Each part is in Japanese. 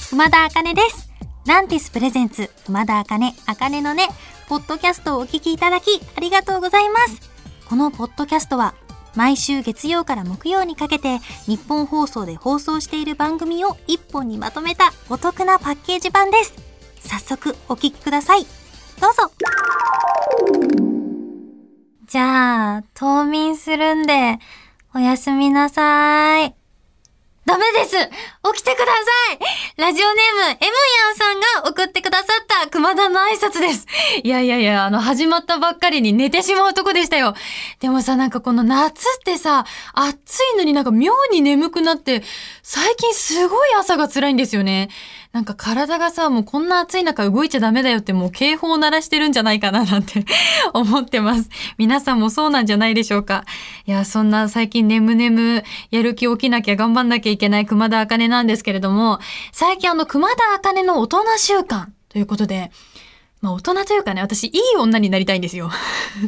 熊田茜です。ランティスプレゼンツ熊田茜、茜のね、ポッドキャストをお聞きいただきありがとうございます。このポッドキャストは毎週月曜から木曜にかけて日本放送で放送している番組を一本にまとめたお得なパッケージ版です。早速お聞きください。どうぞ。じゃあ冬眠するんでおやすみなさい。ダメです。起きてください。ラジオネーム M やんさんが送ってくださった熊田の挨拶です。いや、始まったばっかりに寝てしまうとこでしたよ。でもさ、なんかこの夏ってさ、暑いのになんか妙に眠くなって、最近すごい朝が辛いんですよね。なんか体がさ、もうこんな暑い中動いちゃダメだよってもう警報を鳴らしてるんじゃないかななんて思ってます。皆さんもそうなんじゃないでしょうか。いや、そんな最近眠やる気起きなきゃ頑張んなきゃいけない熊田茜なんですけれども、最近熊田茜の大人習慣ということで、大人というかね、私いい女になりたいんですよ。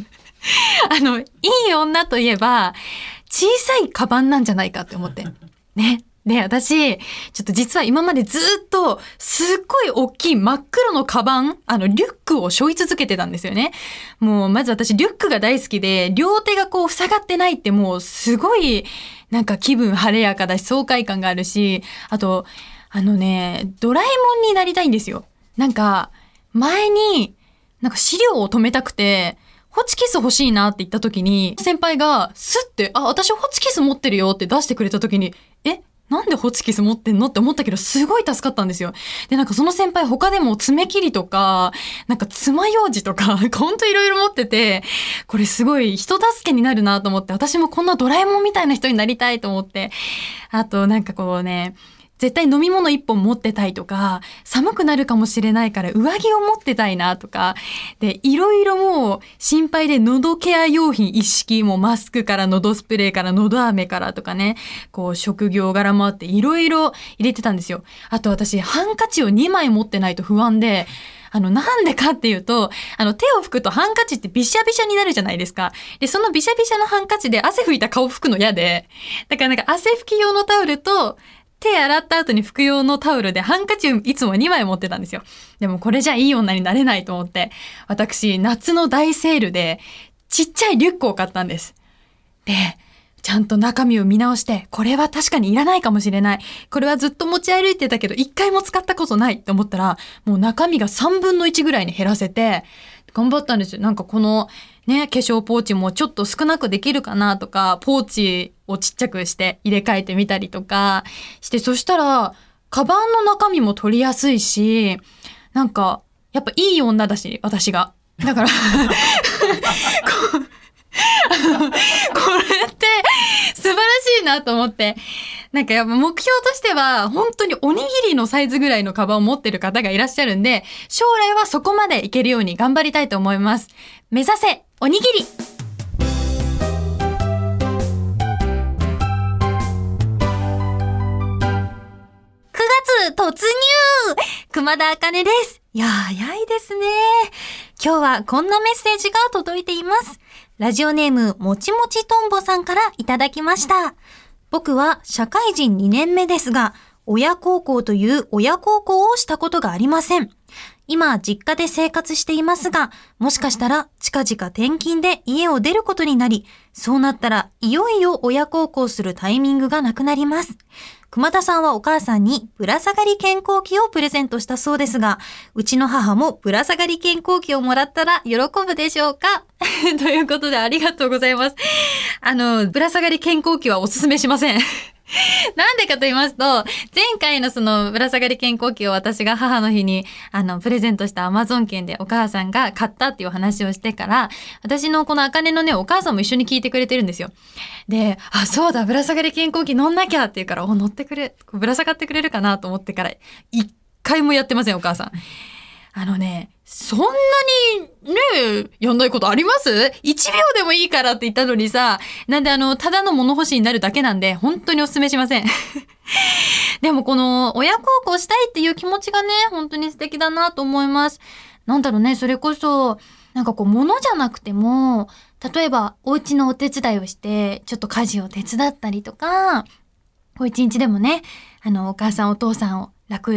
いい女といえば小さいカバンなんじゃないかって思ってね。で、私、ちょっと実は今までずっと、すっごい大きい真っ黒のカバン、リュックを背負い続けてたんですよね。もう、まず私、リュックが大好きで、両手がこう、塞がってないってもう、すごい、なんか気分晴れやかだし、爽快感があるし、あと、ドラえもんになりたいんですよ。なんか、前に、なんか資料を止めたくて、ホチキス欲しいなって言った時に、先輩が、スッて、私ホチキス持ってるよって出してくれた時に、なんでホチキス持ってんのって思ったけど、すごい助かったんですよ。で、なんかその先輩他でも爪切りとか、なんか爪楊枝とか、ほんといろいろ持ってて、これすごい人助けになるなと思って、私もこんなドラえもんみたいな人になりたいと思って、あとなんかこうね、絶対飲み物一本持ってたいとか、寒くなるかもしれないから上着を持ってたいなとか、で、いろいろもう心配で喉ケア用品一式、もうマスクから喉スプレーから喉飴からとかね、こう職業柄もあっていろいろ入れてたんですよ。あと私、ハンカチを2枚持ってないと不安で、なんでかっていうと、手を拭くとハンカチってビシャビシャになるじゃないですか。で、そのビシャビシャのハンカチで汗拭いた顔拭くの嫌で、だからなんか汗拭き用のタオルと、手洗った後に拭く用のタオルでハンカチをいつも2枚持ってたんですよ。でもこれじゃいい女になれないと思って、私、夏の大セールでちっちゃいリュックを買ったんです。で、ちゃんと中身を見直して、これは確かにいらないかもしれない。これはずっと持ち歩いてたけど、1回も使ったことないって思ったら、もう中身が3分の1ぐらいに減らせて、頑張ったんですよ。なんかこのね、化粧ポーチもちょっと少なくできるかなとか、ポーチをちっちゃくして入れ替えてみたりとかして、そしたら、カバンの中身も取りやすいし、なんか、やっぱいい女だし、私が。だから、これって素晴らしいなと思って。なんかやっぱ目標としては本当におにぎりのサイズぐらいのカバンを持ってる方がいらっしゃるんで、将来はそこまでいけるように頑張りたいと思います。目指せおにぎり。9月突入、熊田茜です。いや早いですね。今日はこんなメッセージが届いています。ラジオネームもちもちとんぼさんからいただきました。僕は社会人2年目ですが、親孝行という親孝行をしたことがありません。今、実家で生活していますが、もしかしたら近々転勤で家を出ることになり、そうなったらいよいよ親孝行するタイミングがなくなります。熊田さんはお母さんにぶら下がり健康器をプレゼントしたそうですが、うちの母もぶら下がり健康器をもらったら喜ぶでしょうかということでありがとうございます。ぶら下がり健康器はおすすめしません。なんでかと言いますと、前回のそのぶら下がり健康器を私が母の日にプレゼントしたアマゾン券でお母さんが買ったっていう話をしてから、私のこの茜のね、お母さんも一緒に聞いてくれてるんですよ。で、そうだ、ぶら下がり健康器乗んなきゃって言うから、乗ってくれ、ぶら下がってくれるかなと思ってから、一回もやってません、お母さん。そんなにね、やんないことあります？ 1 秒でもいいからって言ったのにさ、なんでただの物干しになるだけなんで、本当にお勧めしません。でもこの親孝行したいっていう気持ちがね、本当に素敵だなと思います。なんだろうね、それこそ、なんかこう物じゃなくても、例えばお家のお手伝いをして、ちょっと家事を手伝ったりとか、こう一日でもね、お母さんお父さんを楽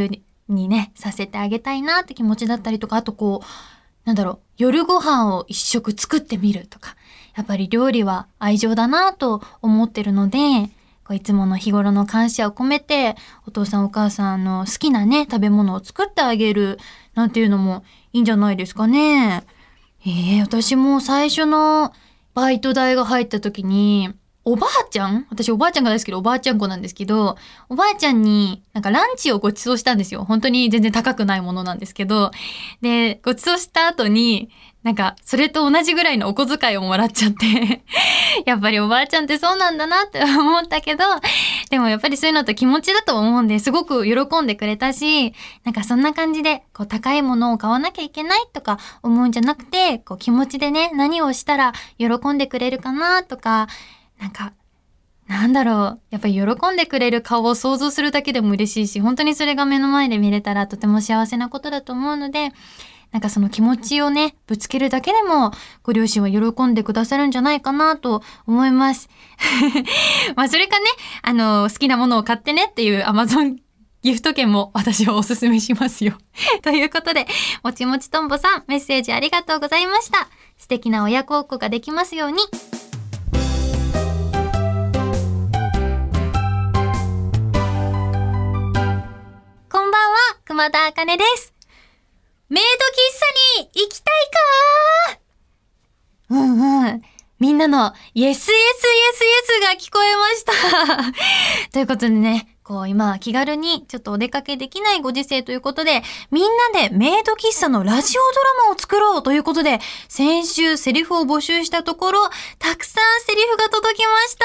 にね、させてあげたいなって気持ちだったりとか、あと夜ご飯を一食作ってみるとか、やっぱり料理は愛情だなと思ってるので、いつもの日頃の感謝を込めて、お父さんお母さんの好きなね、食べ物を作ってあげるなんていうのもいいんじゃないですかね。私も最初のバイト代が入った時に、私おばあちゃんが大好きでおばあちゃん子なんですけど、おばあちゃんにランチをご馳走したんですよ。本当に全然高くないものなんですけど。で、ご馳走した後に、それと同じぐらいのお小遣いをもらっちゃって。やっぱりおばあちゃんってそうなんだなって思ったけど、でもやっぱりそういうのって気持ちだと思うんで、すごく喜んでくれたし、そんな感じで、高いものを買わなきゃいけないとか思うんじゃなくて、気持ちでね、何をしたら喜んでくれるかなとか、やっぱり喜んでくれる顔を想像するだけでも嬉しいし、本当にそれが目の前で見れたらとても幸せなことだと思うので、その気持ちをね、ぶつけるだけでも、ご両親は喜んでくださるんじゃないかなと思います。それかね、好きなものを買ってねっていう Amazon ギフト券も私はおすすめしますよ。ということで、もちもちとんぼさん、メッセージありがとうございました。素敵な親孝行ができますように。こんばんは、熊田茜です。メイド喫茶に行きたいか？みんなのイエスイエスイエスイエスが聞こえました。ということでね、今気軽にちょっとお出かけできないご時世ということで、みんなでメイド喫茶のラジオドラマを作ろうということで、先週セリフを募集したところ、たくさんセリフが届きました。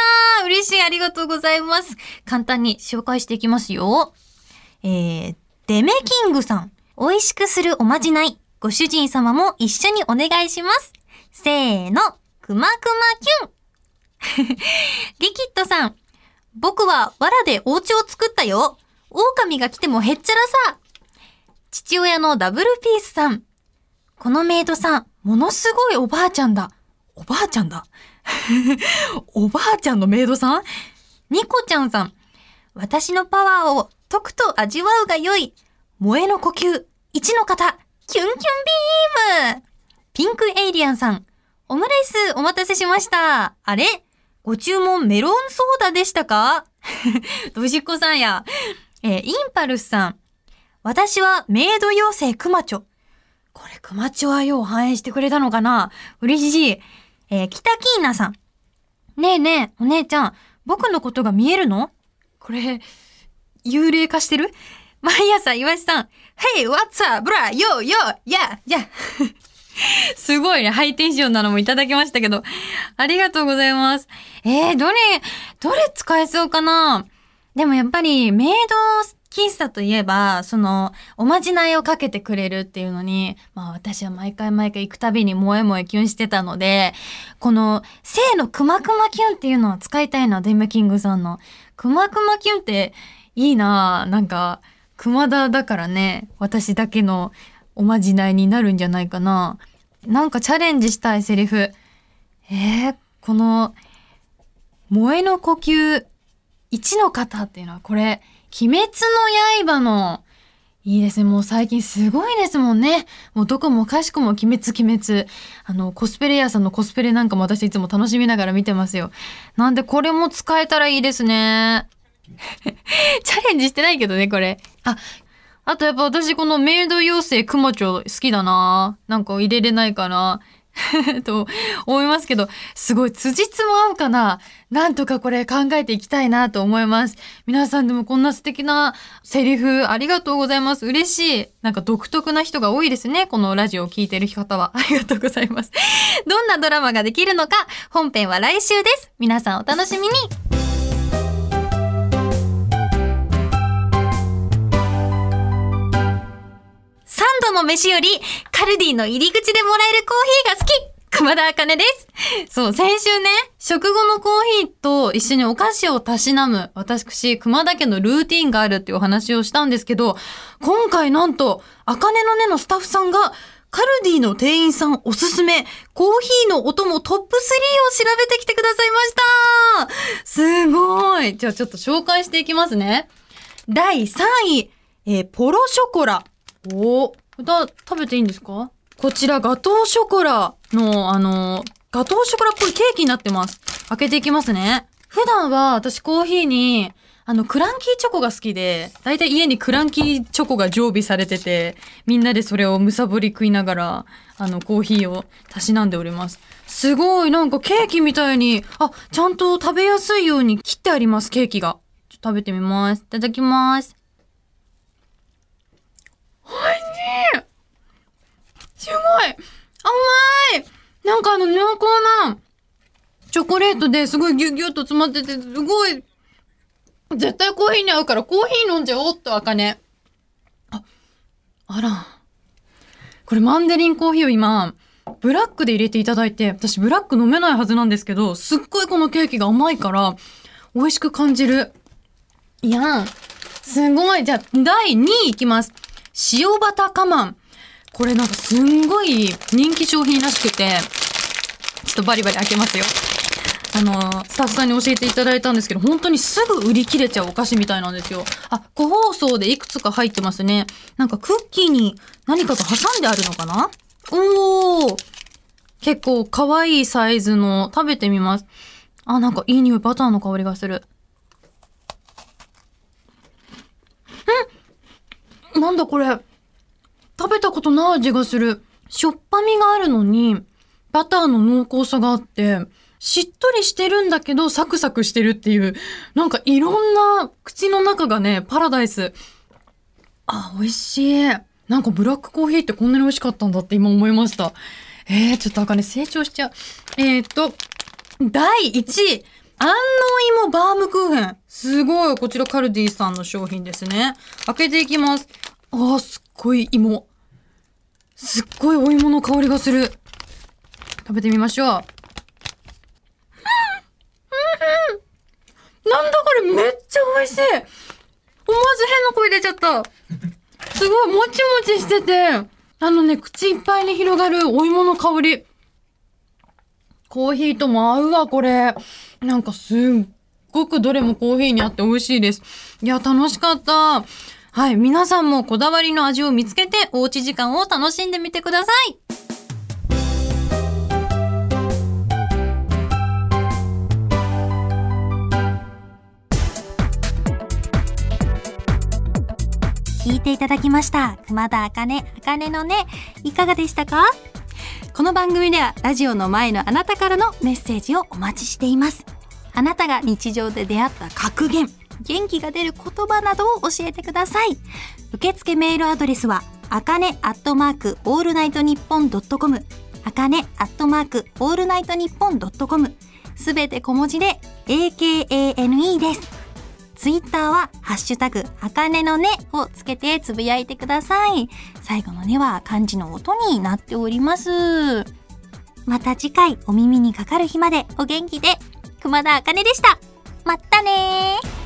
嬉しい、ありがとうございます。簡単に紹介していきますよ。デメキングさん。美味しくするおまじない。ご主人様も一緒にお願いします。せーの、くまくまキュン。リキッドさん。僕は藁でお家を作ったよ。狼が来てもへっちゃらさ。父親のダブルピースさん。このメイドさん、ものすごいおばあちゃんだ。おばあちゃんだ。おばあちゃんのメイドさん？ニコちゃんさん。私のパワーをとくと味わうがよい。萌えの呼吸、1の方、キュンキュンビーム。ピンクエイリアンさん、オムライスお待たせしました。あれ？ご注文メロンソーダでしたか？どじっこさんや。インパルスさん、私はメイド妖精クマチョ。これクマチョはよう反映してくれたのかな？嬉しい。キタキーナさん、ねえねえ、お姉ちゃん、僕のことが見えるの？これ、幽霊化してる？毎朝岩井さん、Hey, what's up, bra, yo, yo, yeah, yeah すごいね、ハイテンションなのもいただきましたけど、ありがとうございます。どれ使えそうかな？でもやっぱりメイド喫茶といえば、おまじないをかけてくれるっていうのに、私は毎回行くたびに萌え萌えキュンしてたので、この、せーのくまくまキュンっていうのは使いたいな、デメキングさんの。くまくまキュンっていいなぁ、熊田だからね、私だけのおまじないになるんじゃないかな。チャレンジしたいセリフ。この、萌えの呼吸、1の方っていうのはこれ、鬼滅の刃の、いいですね。もう最近すごいですもんね。もうどこもかしこも鬼滅。コスプレイヤーさんのコスプレなんかも私いつも楽しみながら見てますよ。なんでこれも使えたらいいですね。チャレンジしてないけどね、これ。あとやっぱ私このメイド妖精クマチョ好きだな。入れれないかな。と思いますけど、すごい辻褄合うかな。なんとかこれ考えていきたいなと思います。皆さんでもこんな素敵なセリフありがとうございます。嬉しい。独特な人が多いですね。このラジオを聞いてる方は。ありがとうございます。どんなドラマができるのか、本編は来週です。皆さんお楽しみに。3度の飯よりカルディの入り口でもらえるコーヒーが好き、熊田茜です。そう、先週ね、食後のコーヒーと一緒にお菓子をたしなむ、私、熊田家のルーティンがあるっていうお話をしたんですけど、今回なんと、茜のねのスタッフさんが、カルディの店員さんおすすめ、コーヒーのお供トップ3を調べてきてくださいました。すごい。じゃあちょっと紹介していきますね。第3位、 ポロショコラ。食べていいんですか？こちらガトーショコラのガトーショコラっぽいケーキになってます。開けていきますね。普段は私コーヒーにクランキーチョコが好きで、だいたい家にクランキーチョコが常備されてて、みんなでそれをむさぼり食いながら、コーヒーをたしなんでおります。すごい、なんかケーキみたいに、ちゃんと食べやすいように切ってあります、ケーキが。ちょっと食べてみます。いただきます。おいしい！すごい！甘い！なんか濃厚なチョコレートですごいギュギュッと詰まってて、すごい、絶対コーヒーに合うからコーヒー飲んじゃおうっと、あかね。あら。これマンデリンコーヒーを今、ブラックで入れていただいて、私ブラック飲めないはずなんですけど、すっごいこのケーキが甘いから、美味しく感じる。いやすごい。じゃあ、第2位いきます。塩バタカマン。これなんかすんごい人気商品らしくて、ちょっとバリバリ開けますよ。スタッフさんに教えていただいたんですけど、本当にすぐ売り切れちゃうお菓子みたいなんですよ。個包装でいくつか入ってますね。なんかクッキーに何かが挟んであるのかな？結構可愛いサイズの、食べてみます。なんかいい匂い、バターの香りがする。なんだこれ。食べたことない味がする。しょっぱみがあるのに、バターの濃厚さがあって、しっとりしてるんだけどサクサクしてるっていう、なんかいろんな口の中がね、パラダイス。美味しい。なんかブラックコーヒーってこんなに美味しかったんだって今思いました。ちょっとあかね、成長しちゃう。第1位。安納芋バームクーヘン。すごい。こちらカルディさんの商品ですね。開けていきます。すっごい芋。すっごいお芋の香りがする。食べてみましょう。なんだこれ、めっちゃ美味しい。思わず変な声出ちゃった。すごいもちもちしてて、口いっぱいに広がるお芋の香り。コーヒーとも合うわ、これ。なんかすっごくどれもコーヒーに合って美味しいです。いや、楽しかった。はい、皆さんもこだわりの味を見つけて、おうち時間を楽しんでみてください。 聞いていただきました。熊田茜のね、いかがでしたか？この番組ではラジオの前のあなたからのメッセージをお待ちしています。あなたが日常で出会った格言、元気が出る言葉などを教えてください。受付メールアドレスはakane@allnightnippon.com、akane@allnightnippon.com、すべて小文字で AKANE です。ツイッターはハッシュタグあかねのねをつけてつぶやいてください。最後のねは漢字の音になっております。また次回お耳にかかる日までお元気で。熊田あかねでした。まったねー。